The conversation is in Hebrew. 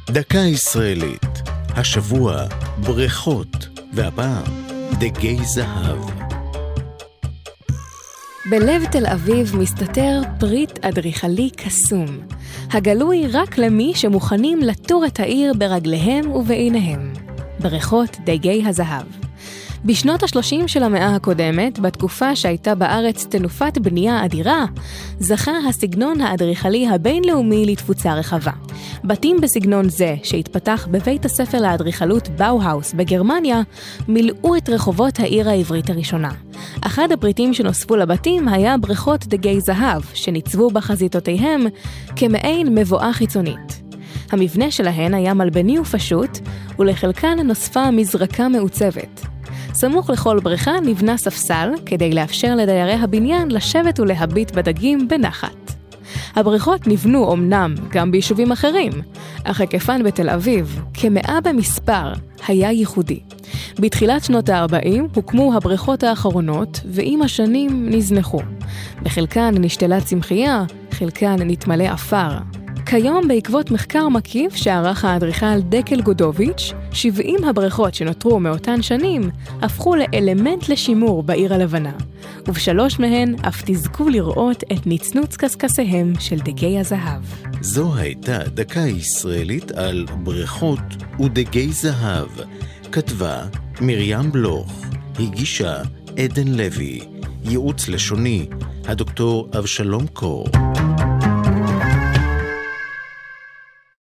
דקה ישראלית, השבוע בריכות, והפעם דגי זהב. בלב תל אביב מסתתר פריט אדריכלי קסום, הגלוי רק למי שמוכנים לטור את העיר ברגליהם ובעיניהם. בריכות דגי הזהב. בשנות ה-30 של המאה הקודמת, בתקופה שהייתה בארץ תנופת בנייה אדירה, זכה הסגנון האדריכלי הבינלאומי לתפוצה רחבה. בתים בסגנון זה, שהתפתח בבית הספר לאדריכלות באוהאוס בגרמניה, מילאו את רחובות העיר העברית הראשונה. אחד הפריטים שנוספו לבתים היה בריכות דגי זהב, שניצבו בחזיתותיהם כמעין מבואה חיצונית. המבנה שלהן היה מלבני ופשוט, ולחלקן נוספה מזרקה מעוצבת. סמוך לכל בריכה נבנה ספסל כדי לאפשר לדיירי הבניין לשבת ולהביט בדגים בנחת. הבריכות נבנו אמנם גם ביישובים אחרים, אך היקפן בתל אביב, כ100 במספר, היה ייחודי. בתחילת שנות ה-40 הוקמו הבריכות האחרונות, ועם השנים נזנחו. בחלקן נשתלה צמחייה, חלקן נתמלא אפר. כיום בעקבות מחקר מקיף שערך האדריכל דקל גודוביץ', 70 הבריכות שנותרו מאותן שנים הפכו לאלמנט לשימור בעיר הלבנה, ובשלוש מהן אף תזכו לראות את נצנוץ קסקסיהם של דגי הזהב. זו הייתה דקה ישראלית על בריכות ודגי זהב. כתבה מרים בלוך, הגישה עדן לוי, ייעוץ לשוני הדוקטור אבשלום קור.